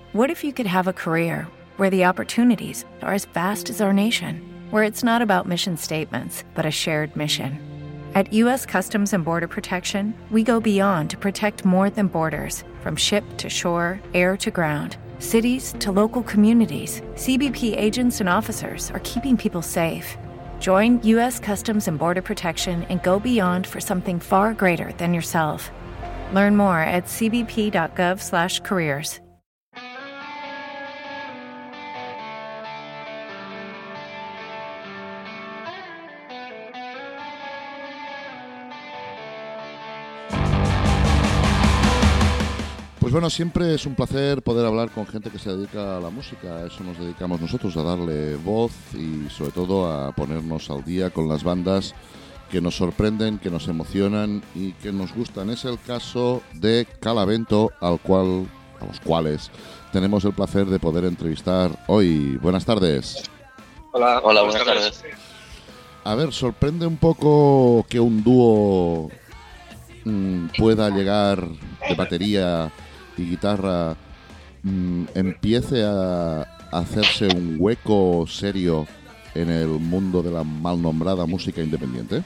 What if you could have a career where the opportunities are as vast as our nation, where it's not about mission statements, but a shared mission? At U.S. Customs and Border Protection, we go beyond to protect more than borders. From ship to shore, air to ground, cities to local communities, CBP agents and officers are keeping people safe. Join U.S. Customs and Border Protection and go beyond for something far greater than yourself. Learn more at cbp.gov/careers. Pues bueno, siempre es un placer poder hablar con gente que se dedica a la música. A eso nos dedicamos nosotros, a darle voz y sobre todo a ponernos al día con las bandas que nos sorprenden, que nos emocionan y que nos gustan. Es el caso de Calavento, a los cuales tenemos el placer de poder entrevistar hoy. Buenas tardes. Hola, buenas tardes. A ver, sorprende un poco que un dúo pueda llegar de batería y guitarra, empiece a hacerse un hueco serio en el mundo de la mal nombrada música independiente.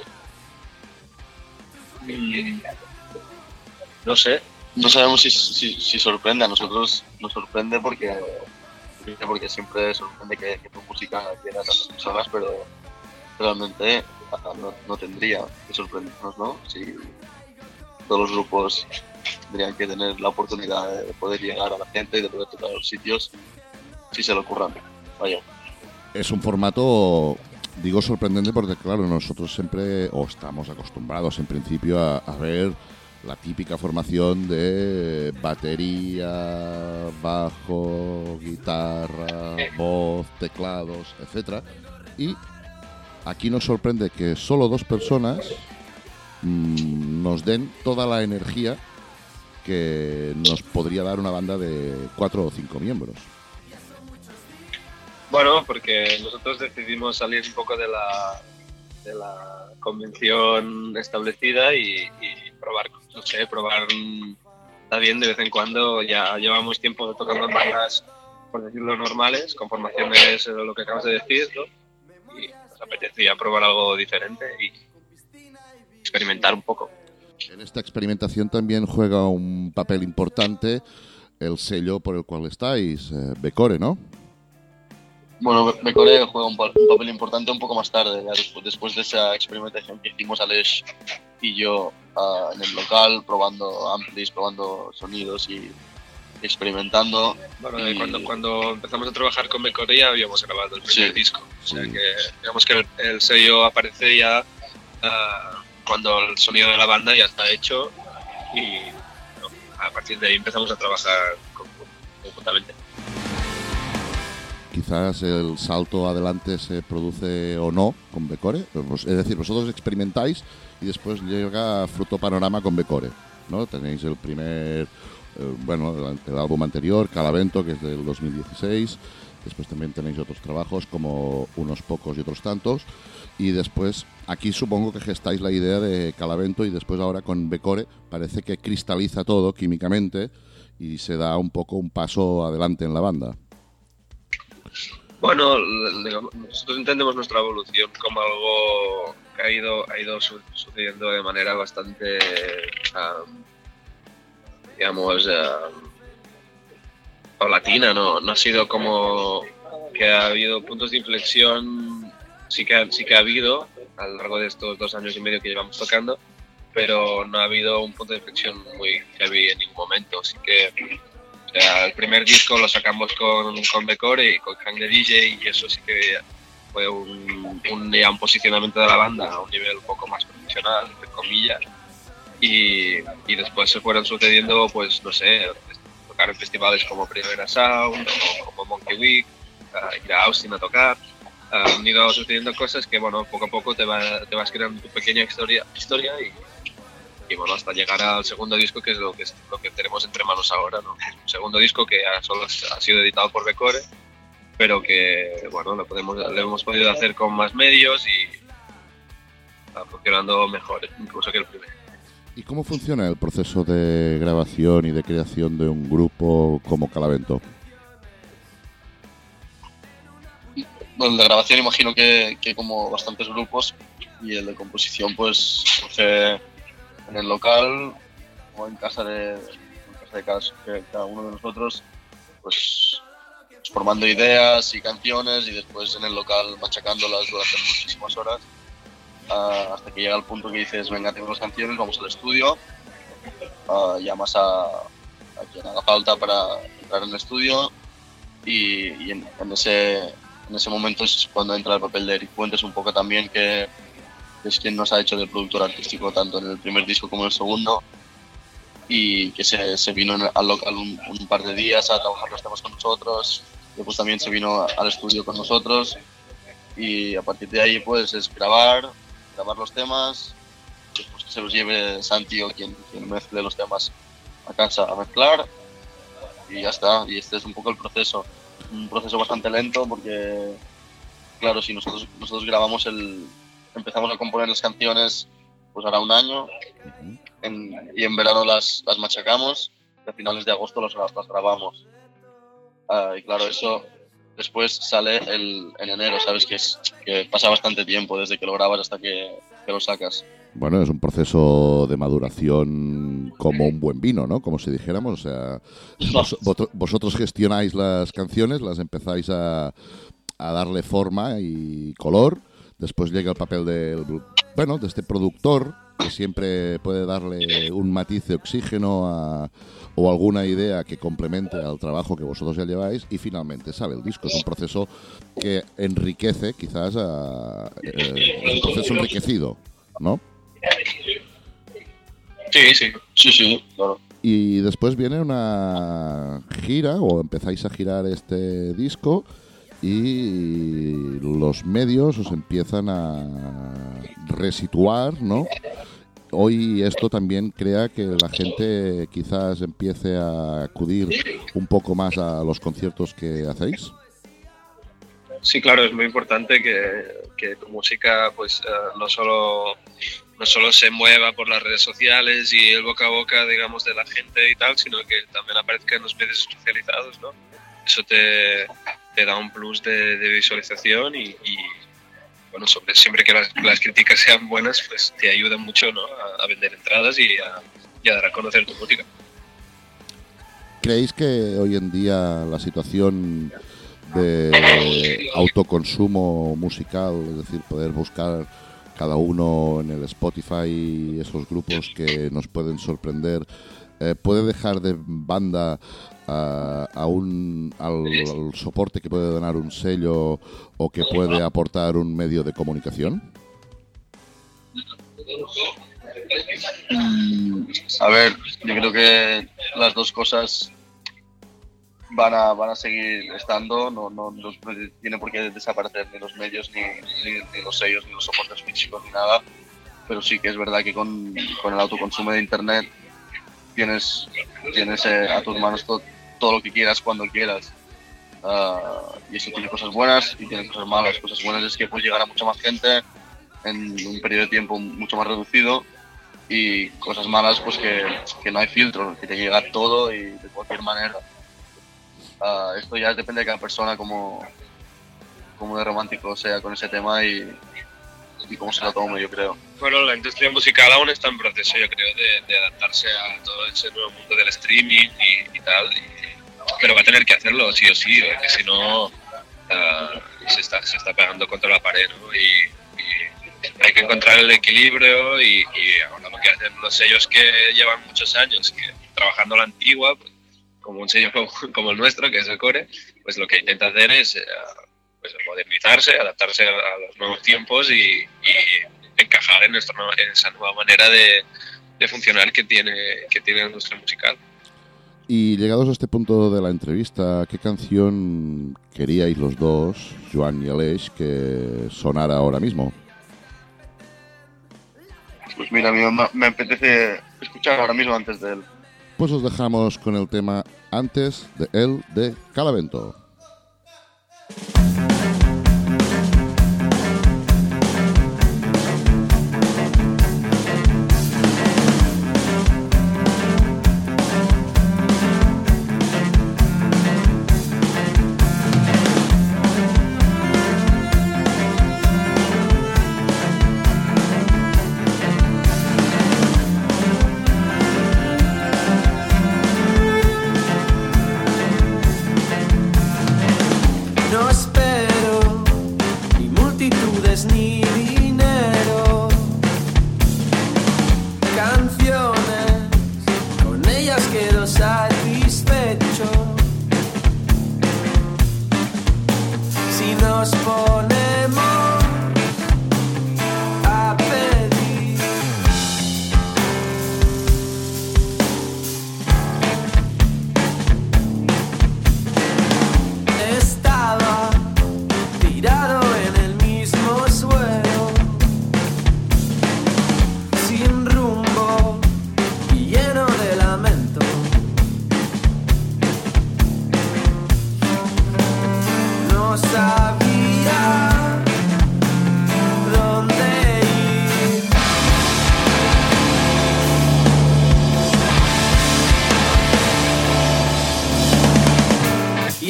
No sé, no sabemos si sorprende. A nosotros nos sorprende porque siempre sorprende que tu música llegue a tantas personas, pero realmente no tendría que sorprendernos, ¿no? Si todos los grupos tendrían que tener la oportunidad de poder llegar a la gente y de poder tocar los sitios si se le ocurran. Vaya. Es un formato, digo, sorprendente porque, claro, nosotros siempre, o estamos acostumbrados en principio a ver la típica formación de batería, bajo, guitarra, voz, teclados, etcétera. Y aquí nos sorprende que solo dos personas nos den toda la energía que nos podría dar una banda de 4 o 5 miembros. Bueno, porque nosotros decidimos salir un poco de la convención establecida y probar, no sé, probar está bien de vez en cuando. Ya llevamos tiempo tocando en bandas, por decirlo, normales, con formaciones, lo que acabas de decir, ¿no? Y nos apetecía probar algo diferente y experimentar un poco. En esta experimentación también juega un papel importante el sello por el cual estáis, Becore, ¿no? Bueno, Becore juega un papel importante un poco más tarde, ya después de esa experimentación que hicimos Aleix y yo en el local, probando amplis, probando sonidos y experimentando. Bueno, cuando empezamos a trabajar con Becore ya habíamos grabado el primer disco, o sea que digamos que el sello aparece ya cuando el sonido de la banda ya está hecho y a partir de ahí empezamos a trabajar conjuntamente. Quizás el salto adelante se produce o no con Becore, es decir, vosotros experimentáis y después llega Fruto Panorama con Becore, ¿no? Tenéis el primer, el álbum anterior, Calavento, que es del 2016, después también tenéis otros trabajos como Unos Pocos y Otros Tantos, y después aquí supongo que gestáis la idea de Calavento y después ahora con Becore parece que cristaliza todo químicamente y se da un poco un paso adelante en la banda. Bueno, nosotros entendemos nuestra evolución como algo que ha ido sucediendo de manera bastante, paulatina, ¿no? No ha sido como que ha habido puntos de inflexión, sí que ha habido a lo largo de estos 2 años y medio que llevamos tocando, pero no ha habido un punto de inflexión muy heavy en ningún momento, así que el primer disco lo sacamos con Becore y con Hank the DJ y eso sí que fue un posicionamiento de la banda a un nivel un poco más profesional, entre comillas, y después se fueron sucediendo, pues no sé, tocar en festivales como Primavera Sound o como Monkey Week, ir a Austin a tocar. Han ido sucediendo cosas que, bueno, poco a poco te vas creando tu pequeña historia y bueno, hasta llegar al segundo disco, que es lo que tenemos entre manos ahora, ¿no? Un segundo disco que solo ha sido editado por Becore, pero que, bueno, lo hemos podido hacer con más medios y está funcionando mejor incluso que el primero. ¿Y cómo funciona el proceso de grabación y de creación de un grupo como Calavento? Bueno, el de grabación imagino que como bastantes grupos, y el de composición pues surge en el local o en casa de cada uno de nosotros, pues formando ideas y canciones, y después en el local machacándolas durante muchísimas horas, hasta que llega el punto que dices, venga, tengo las canciones, vamos al estudio, llamas a quien haga falta para entrar en el estudio, y en ese momento es cuando entra el papel de Eric Puentes un poco también, que es quien nos ha hecho de productor artístico tanto en el primer disco como en el segundo, y que se vino al local un par de días a trabajar los temas con nosotros. Después también se vino al estudio con nosotros, y a partir de ahí pues es grabar los temas, después que se los lleve Santi o quien mezcle los temas a casa a mezclar, y ya está. Y este es un poco el proceso, un proceso bastante lento, porque claro, si nosotros empezamos a componer las canciones pues hará un año, y en verano las machacamos, y a finales de agosto las grabamos. Y claro, eso después sale en enero, ¿sabes? Que pasa bastante tiempo desde que lo grabas hasta que lo sacas. Bueno, es un proceso de maduración como un buen vino, ¿no? Como si dijéramos, o sea, vosotros gestionáis las canciones, las empezáis a darle forma y color, después llega el papel de este productor, que siempre puede darle un matiz de oxígeno o alguna idea que complemente al trabajo que vosotros ya lleváis, y finalmente sale el disco. Es un proceso que enriquece, quizás, es un proceso enriquecido, ¿no? Sí, claro. Y después viene una gira, o empezáis a girar este disco, y los medios os empiezan a resituar, ¿no? Hoy esto también crea que la gente quizás empiece a acudir un poco más a los conciertos que hacéis. Sí, claro, es muy importante que tu música pues no solo se mueva por las redes sociales y el boca a boca, digamos, de la gente y tal, sino que también aparezca en los medios especializados, ¿no? Eso te da un plus de visualización, y bueno, siempre que las críticas sean buenas, pues te ayuda mucho, ¿no? a vender entradas y a dar a conocer tu música. ¿Creéis que hoy en día la situación de autoconsumo musical, es decir, poder buscar cada uno en el Spotify esos grupos que nos pueden sorprender, puede dejar de banda al soporte que puede donar un sello o que puede aportar un medio de comunicación? A ver, yo creo que las dos cosas van a seguir estando. No tiene por qué desaparecer ni los medios, ni los sellos, ni los soportes físicos, ni nada, pero sí que es verdad que con el autoconsumo de internet tienes a tus manos todo lo que quieras cuando quieras, y eso tiene cosas buenas y tiene cosas malas. Cosas buenas es que puedes llegar a mucha más gente en un periodo de tiempo mucho más reducido, y cosas malas pues que no hay filtro, que te llega todo y de cualquier manera. Esto ya depende de cada persona, como de romántico sea con ese tema y cómo se lo tome, yo creo. Bueno, la industria musical aún está en proceso, yo creo, de adaptarse a todo ese nuevo mundo del streaming y tal, pero va a tener que hacerlo sí o sí, porque si no se está pegando contra la pared, ¿no? Y hay que encontrar el equilibrio, y ahora lo que hacen los sellos que llevan muchos años trabajando a la antigua, pues, como un sello como el nuestro, que es el Core, pues lo que intenta hacer es pues modernizarse, adaptarse a los nuevos tiempos y encajar en esa nueva manera de funcionar que tiene la industria musical. Y llegados a este punto de la entrevista, ¿qué canción queríais los dos, Joan y Aleix, que sonara ahora mismo? Pues mira, a mí me apetece escuchar ahora mismo Antes de él. Pues os dejamos con el tema Antes de él de Calavento.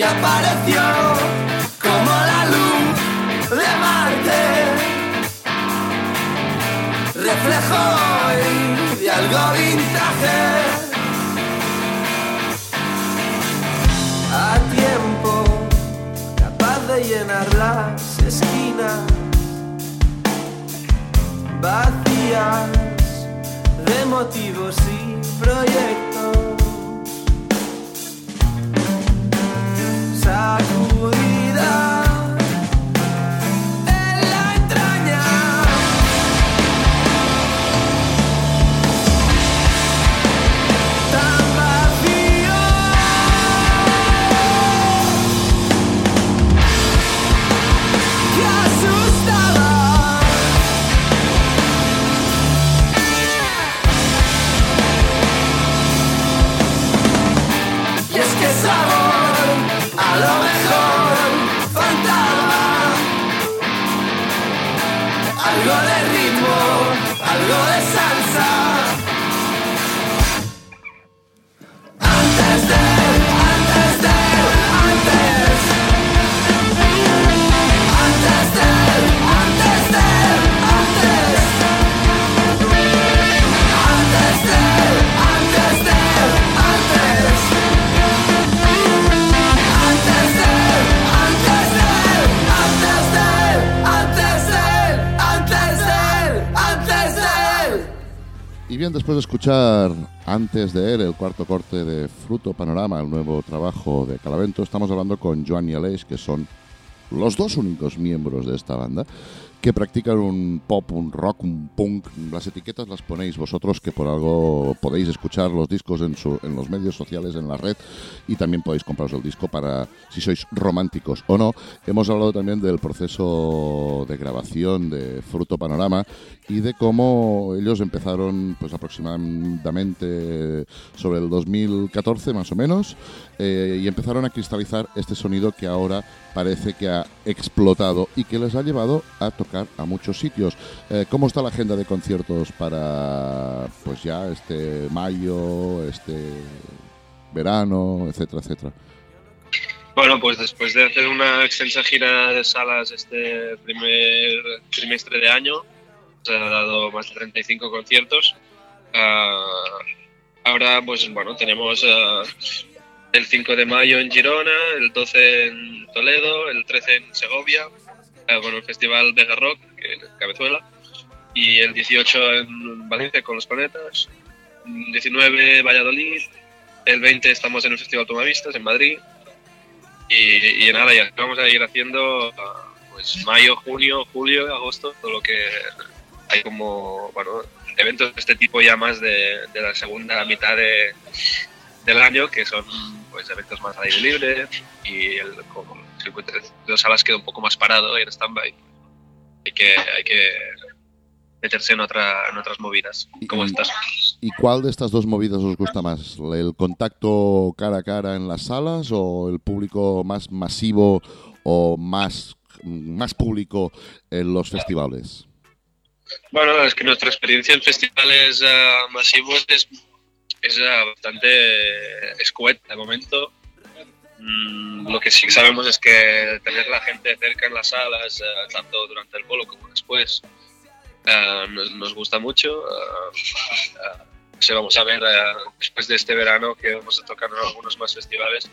apareció como la luz de Marte, reflejo hoy de algo vintage. A tiempo, capaz de llenar las esquinas vacías de motivos y proyectos. Sacudida en la entraña, tan vacío que asustaba. Y es que sabor a lo mejor fantasma, algo de ritmo, algo de salsa. Antes de, antes de, antes. Antes de, antes de, antes. Antes de, antes de, antes. Y bien, después de escuchar Antes de él, el cuarto corte de Fruto Panorama, el nuevo trabajo de Calavento, estamos hablando con Joan y Aleix, que son los dos únicos miembros de esta banda que practican un pop, un rock, un punk. Las etiquetas las ponéis vosotros, que por algo podéis escuchar los discos en los medios sociales, en la red, y también podéis compraros el disco para si sois románticos o no. Hemos hablado también del proceso de grabación de Fruto Panorama y de cómo ellos empezaron pues aproximadamente sobre el 2014 más o menos, y empezaron a cristalizar este sonido que ahora parece que ha explotado y que les ha llevado a tocar a muchos sitios. ¿Cómo está la agenda de conciertos para pues ya este mayo, este verano, etcétera, etcétera? Bueno, pues después de hacer una extensa gira de salas este primer trimestre de año, se han dado más de 35 conciertos. Ahora, pues bueno, tenemos el 5 de mayo en Girona, el 12 en Toledo, el 13 en Segovia, con el Festival Vega Rock, que es Cabezuela, y el 18 en Valencia con Los Planetas, el 19 Valladolid, el 20 estamos en el Festival Tomavistas en Madrid, y nada, ya vamos a ir haciendo pues mayo, junio, julio, agosto, todo lo que hay como, bueno, eventos de este tipo ya más de la segunda mitad del año, que son pues eventos más al aire libre, y el circuito de salas queda un poco más parado y en stand-by. Hay que meterse en otras movidas. ¿Cómo estás? ¿Y cuál de estas dos movidas os gusta más? ¿El contacto cara a cara en las salas o el público más masivo o más público en los festivales? Bueno, es que nuestra experiencia en festivales masivos es bastante escueta de momento. Lo que sí sabemos es que tener la gente cerca en las salas, tanto durante el bolo como después, nos gusta mucho. Vamos a ver después de este verano, que vamos a tocar en algunos más festivales,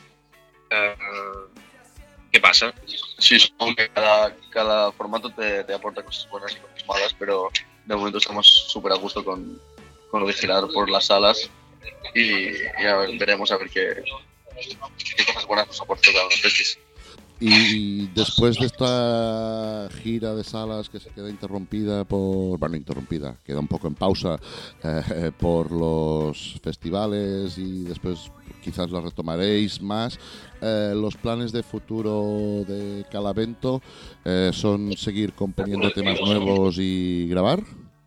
¿qué pasa? Sí, supongo que cada formato te aporta cosas buenas y cosas malas, pero de momento estamos súper a gusto con lo de girar por las salas y veremos a ver qué cosas buenas nos aporta cada uno. Y después de esta gira de salas que se queda interrumpida queda un poco en pausa por los festivales y después quizás la retomaréis más, los planes de futuro de Calavento son seguir componiendo temas nuevos y grabar.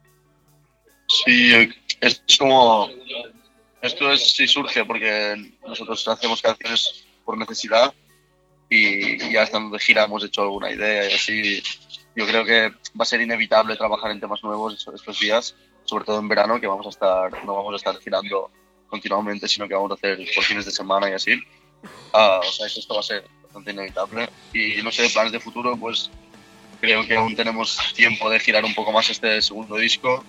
Sí, esto sí surge porque nosotros hacemos canciones por necesidad. Y ya estando de gira hemos hecho alguna idea y así. Yo creo que va a ser inevitable trabajar en temas nuevos estos días, sobre todo en verano, que no vamos a estar girando continuamente, sino que vamos a hacer por fines de semana y así. O sea, que esto va a ser bastante inevitable. Y no sé, planes de futuro, pues creo que aún tenemos tiempo de girar un poco más este segundo disco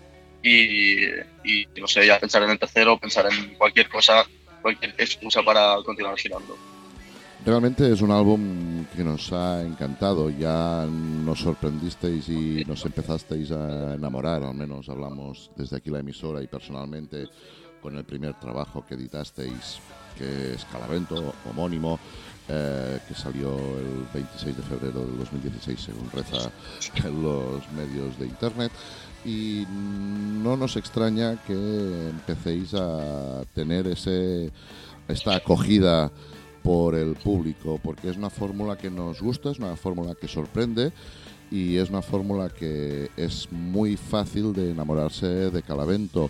y no sé, ya pensar en el tercero, pensar en cualquier cosa, cualquier excusa para continuar girando. Realmente es un álbum que nos ha encantado, ya nos sorprendisteis y nos empezasteis a enamorar, al menos hablamos desde aquí la emisora y personalmente con el primer trabajo que editasteis, que es Calavento, homónimo, que salió el 26 de febrero del 2016 según reza en los medios de internet, y no nos extraña que empecéis a tener esta acogida por el público, porque es una fórmula que nos gusta, es una fórmula que sorprende y es una fórmula que es muy fácil de enamorarse de Calavento.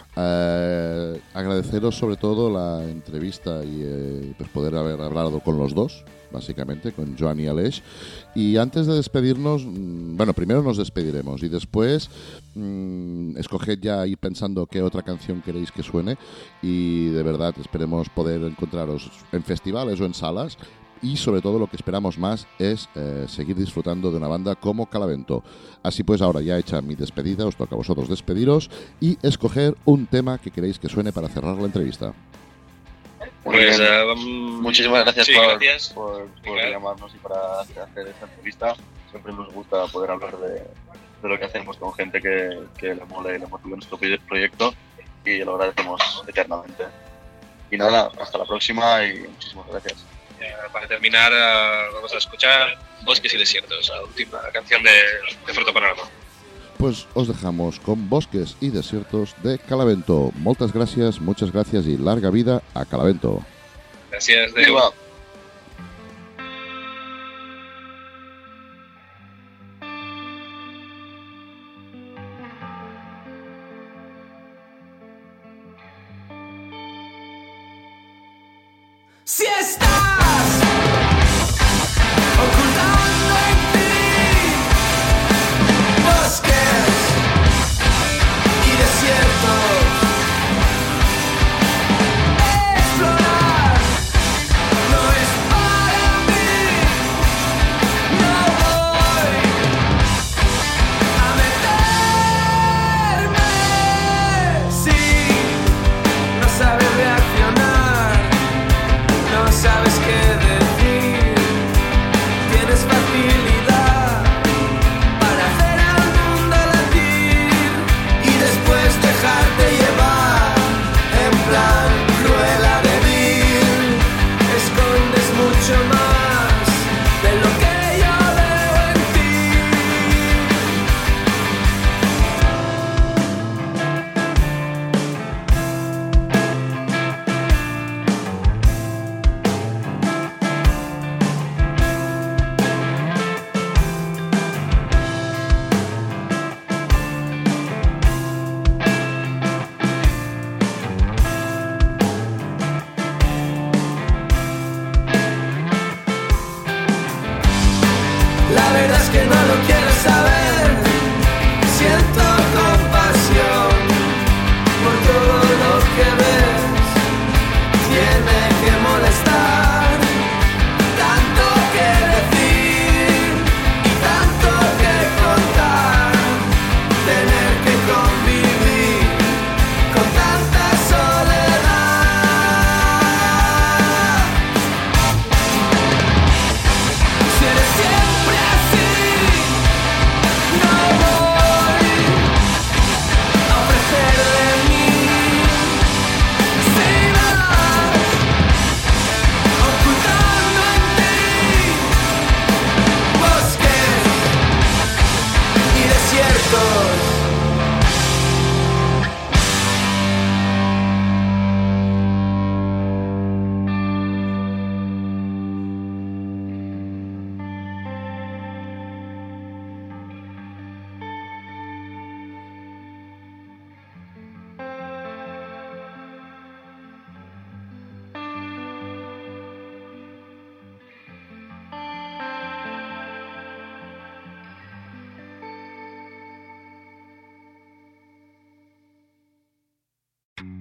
Agradeceros sobre todo la entrevista y pues poder haber hablado con los dos, básicamente, con Joan y Aleix. Y antes de despedirnos, bueno, primero nos despediremos y después escoged ya ir pensando qué otra canción queréis que suene, y de verdad esperemos poder encontraros en festivales o en salas. Y sobre todo lo que esperamos más es seguir disfrutando de una banda como Calavento. Así pues, ahora ya hecha mi despedida, os toca a vosotros despediros y escoger un tema que queréis que suene para cerrar la entrevista. Pues muchísimas gracias, por llamarnos y para hacer esta entrevista. Siempre nos gusta poder hablar de lo que hacemos con gente que le mole y le motive nuestro proyecto, y lo agradecemos eternamente. Y nada, hasta la próxima y muchísimas gracias. Para terminar, vamos a escuchar Bosques y Desiertos, la última canción de Fruto Panorama. Pues os dejamos con Bosques y Desiertos de Calavento. Muchas gracias y larga vida a Calavento. Gracias, de igual. Si estás ocultando en ti bosques y desiertos, explorar no es para mí. No voy a meterme si no sabes reaccionar. No sabes qué decir, tienes facilidad para hacer al mundo latir y después dejarte llevar en plan Cruella de Vil. Escondes mucho más de lo que yo veo en ti.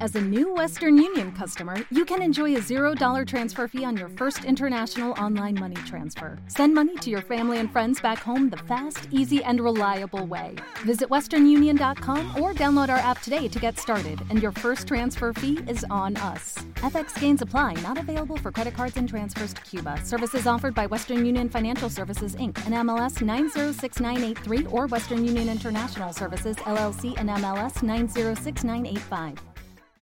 As a new Western Union customer, you can enjoy a $0 transfer fee on your first international online money transfer. Send money to your family and friends back home the fast, easy, and reliable way. Visit westernunion.com or download our app today to get started, and your first transfer fee is on us. FX gains apply, not available for credit cards and transfers to Cuba. Services offered by Western Union Financial Services, Inc., and MLS 906983, or Western Union International Services, LLC, and MLS 906985.